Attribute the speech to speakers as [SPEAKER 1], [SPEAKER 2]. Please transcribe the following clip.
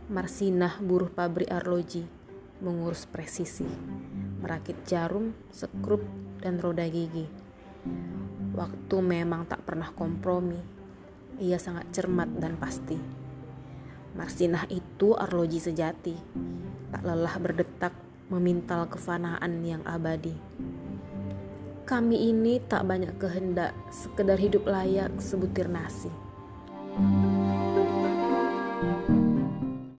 [SPEAKER 1] Marsinah, buruh pabrik arloji, mengurus presisi, merakit jarum, sekrup, dan roda gigi. Waktu memang tak pernah kompromi. Ia sangat cermat dan pasti. Marsinah itu arloji sejati, tak lelah berdetak memintal kefanaan yang abadi. Kami ini tak banyak kehendak, sekedar hidup layak sebutir nasi.